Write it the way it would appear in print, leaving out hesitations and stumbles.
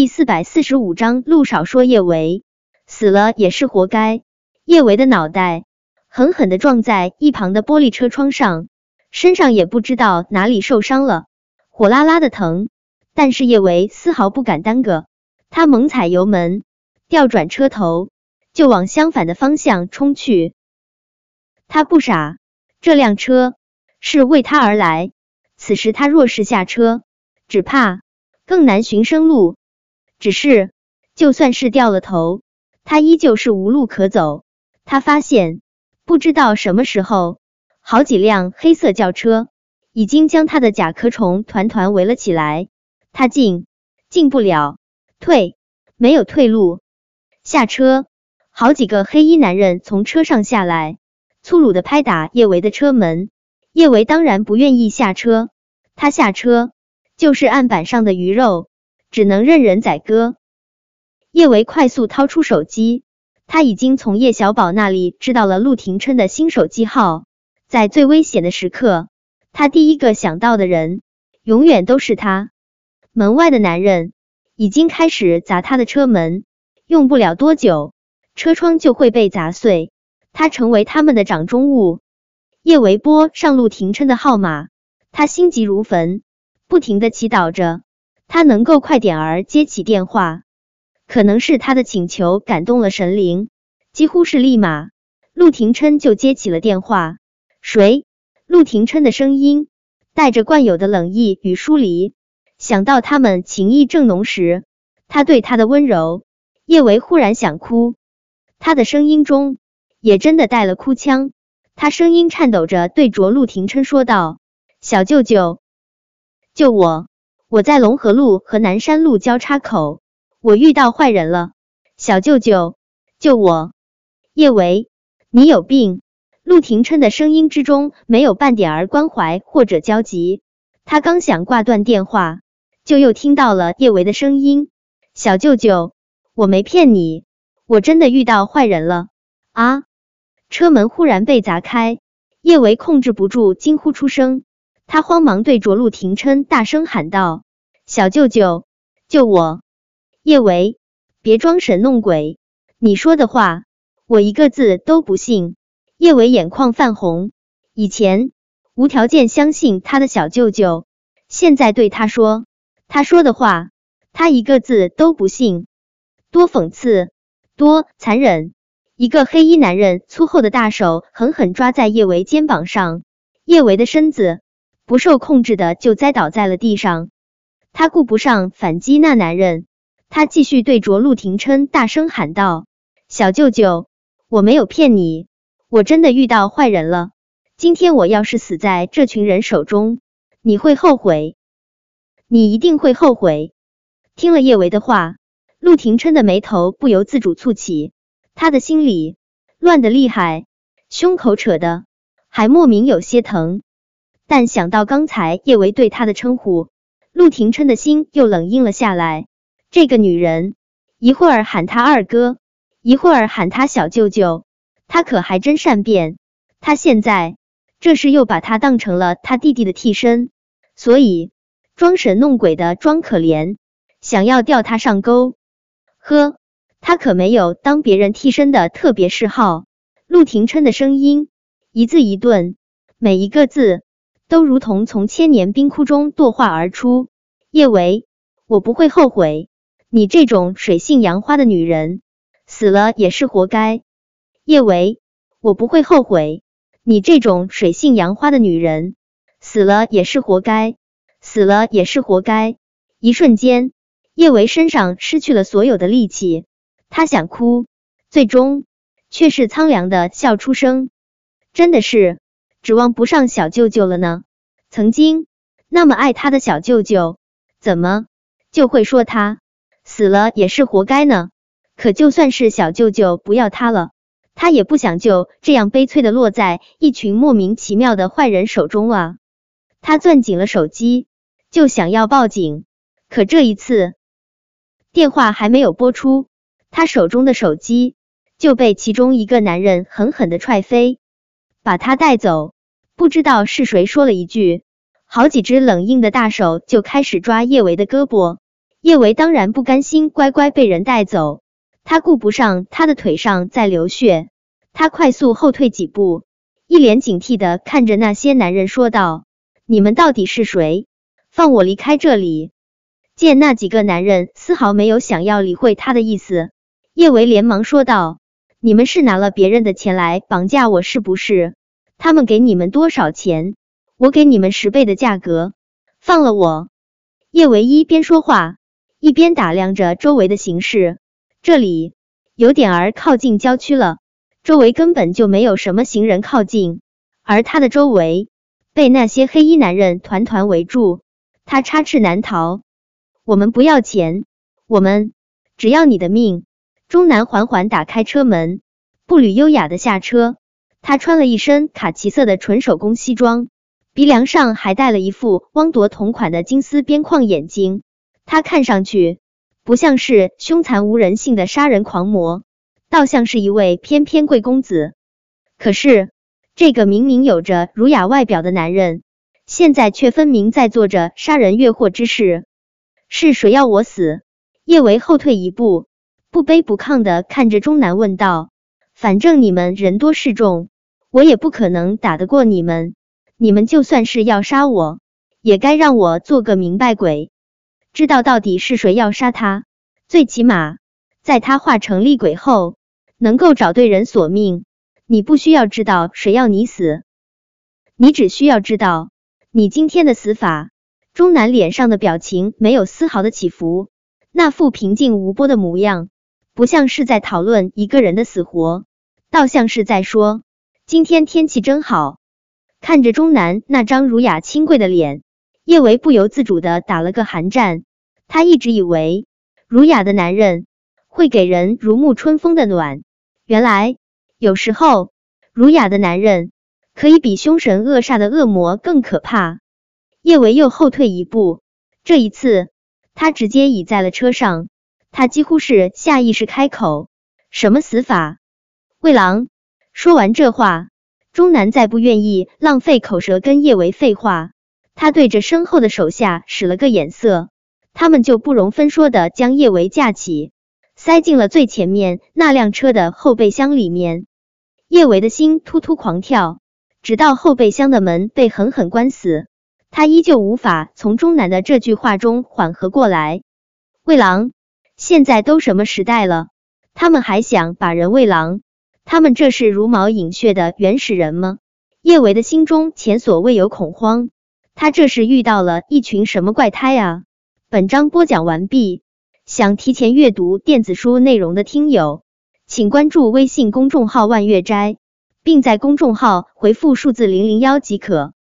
第445章陆少说叶维死了也是活该。叶维的脑袋狠狠地撞在一旁的玻璃车窗上，身上也不知道哪里受伤了，火辣辣的疼。但是叶维丝毫不敢耽搁，他猛踩油门，调转车头，就往相反的方向冲去。他不傻，这辆车是为他而来，此时他若是下车，只怕更难寻生路。只是就算是掉了头，他依旧是无路可走。他发现不知道什么时候，好几辆黑色轿车已经将他的甲壳虫团团围了起来，他进不了，没有退路。下车，好几个黑衣男人从车上下来，粗鲁的拍打叶维的车门。叶维当然不愿意下车，他下车就是案板上的鱼肉，只能任人宰割。叶维快速掏出手机，他已经从叶小宝那里知道了陆廷琛的新手机号。在最危险的时刻，他第一个想到的人永远都是他。门外的男人已经开始砸他的车门，用不了多久，车窗就会被砸碎，他成为他们的掌中物。叶维拨上陆廷琛的号码，他心急如焚，不停地祈祷着他能够快点儿接起电话。可能是他的请求感动了神灵，几乎是立马，陆廷琛就接起了电话。谁？陆廷琛的声音带着惯有的冷意与疏离，想到他们情意正浓时，他对他的温柔，叶维忽然想哭。他的声音中也真的带了哭腔，他声音颤抖着对着陆廷琛说道：小舅舅，救我！我在龙河路和南山路交叉口，我遇到坏人了，小舅舅，救我！叶维，你有病！陆廷琛的声音之中没有半点儿关怀或者焦急，他刚想挂断电话，就又听到了叶维的声音：小舅舅，我没骗你，我真的遇到坏人了啊！车门忽然被砸开，叶维控制不住惊呼出声，他慌忙对着陆廷琛大声喊道：小舅舅，救我！叶维，别装神弄鬼，你说的话我一个字都不信。叶维眼眶泛红，以前无条件相信他的小舅舅，现在对他说的话，他一个字都不信。多讽刺，多残忍！一个黑衣男人粗厚的大手狠狠抓在叶维肩膀上，叶维的身子不受控制的就栽倒在了地上。他顾不上反击那男人，他继续对着陆廷琛大声喊道：小舅舅，我没有骗你，我真的遇到坏人了，今天我要是死在这群人手中，你会后悔，你一定会后悔。听了叶维的话，陆廷琛的眉头不由自主蹙起，他的心里乱得厉害，胸口扯的还莫名有些疼。但想到刚才叶维对他的称呼，陆廷琛的心又冷硬了下来。这个女人一会儿喊他二哥，一会儿喊他小舅舅，他可还真善变。他现在这是又把他当成了他弟弟的替身，所以装神弄鬼的装可怜，想要钓他上钩。呵，他可没有当别人替身的特别嗜好。陆廷琛的声音一字一顿，每一个字都如同从千年冰窟中堕化而出。叶维，我不会后悔，你这种水性杨花的女人，死了也是活该。叶维，我不会后悔，你这种水性杨花的女人，死了也是活该，死了也是活该。一瞬间，叶维身上失去了所有的力气，他想哭，最终却是苍凉的笑出声。真的是指望不上小舅舅了呢，曾经那么爱他的小舅舅，怎么就会说他死了也是活该呢？可就算是小舅舅不要他了，他也不想就这样悲催的落在一群莫名其妙的坏人手中啊！他攥紧了手机，就想要报警，可这一次电话还没有拨出，他手中的手机就被其中一个男人狠狠地踹飞，把他带走。不知道是谁说了一句，好几只冷硬的大手就开始抓叶维的胳膊。 叶维当然不甘心乖乖被人带走，他顾不上他的腿上在流血，他快速后退几步，一脸警惕地看着那些男人说道：你们到底是谁？放我离开这里！见那几个男人丝毫没有想要理会他的意思，叶维连忙说道：你们是拿了别人的钱来绑架我是不是？他们给你们多少钱？我给你们10倍的价格，放了我！叶维一边说话，一边打量着周围的形势，这里有点儿靠近郊区了，周围根本就没有什么行人靠近，而他的周围被那些黑衣男人团团围住，他插翅难逃。我们不要钱，我们只要你的命。钟南缓缓打开车门，步履优雅的下车，他穿了一身卡其色的纯手工西装，鼻梁上还戴了一副汪铎同款的金丝边框眼镜，他看上去不像是凶残无人性的杀人狂魔，倒像是一位翩翩贵公子。可是这个明明有着儒雅外表的男人，现在却分明在做着杀人越货之事。是谁要我死？叶维后退一步，不卑不亢地看着钟南问道：反正你们人多势众，我也不可能打得过你们，你们就算是要杀我，也该让我做个明白鬼，知道到底是谁要杀他，最起码在他化成厉鬼后能够找对人索命。你不需要知道谁要你死，你只需要知道你今天的死法。钟南脸上的表情没有丝毫的起伏，那副平静无波的模样，不像是在讨论一个人的死活，倒像是在说今天天气真好。看着钟南那张儒雅清贵的脸，叶维不由自主地打了个寒战。他一直以为儒雅的男人会给人如沐春风的暖，原来有时候儒雅的男人可以比凶神恶煞的恶魔更可怕。叶维又后退一步，这一次他直接倚在了车上，他几乎是下意识开口：什么死法？魏郎。说完这话，钟南再不愿意浪费口舌跟叶维废话，他对着身后的手下使了个眼色，他们就不容分说的将叶维架起，塞进了最前面那辆车的后备箱里面。叶维的心突突狂跳，直到后备箱的门被狠狠关死，他依旧无法从钟南的这句话中缓和过来。喂狼，现在都什么时代了，他们还想把人喂狼？他们这是茹毛饮血的原始人吗？叶维的心中前所未有恐慌，他这是遇到了一群什么怪胎啊？本章播讲完毕，想提前阅读电子书内容的听友，请关注微信公众号万月斋，并在公众号回复数字001即可。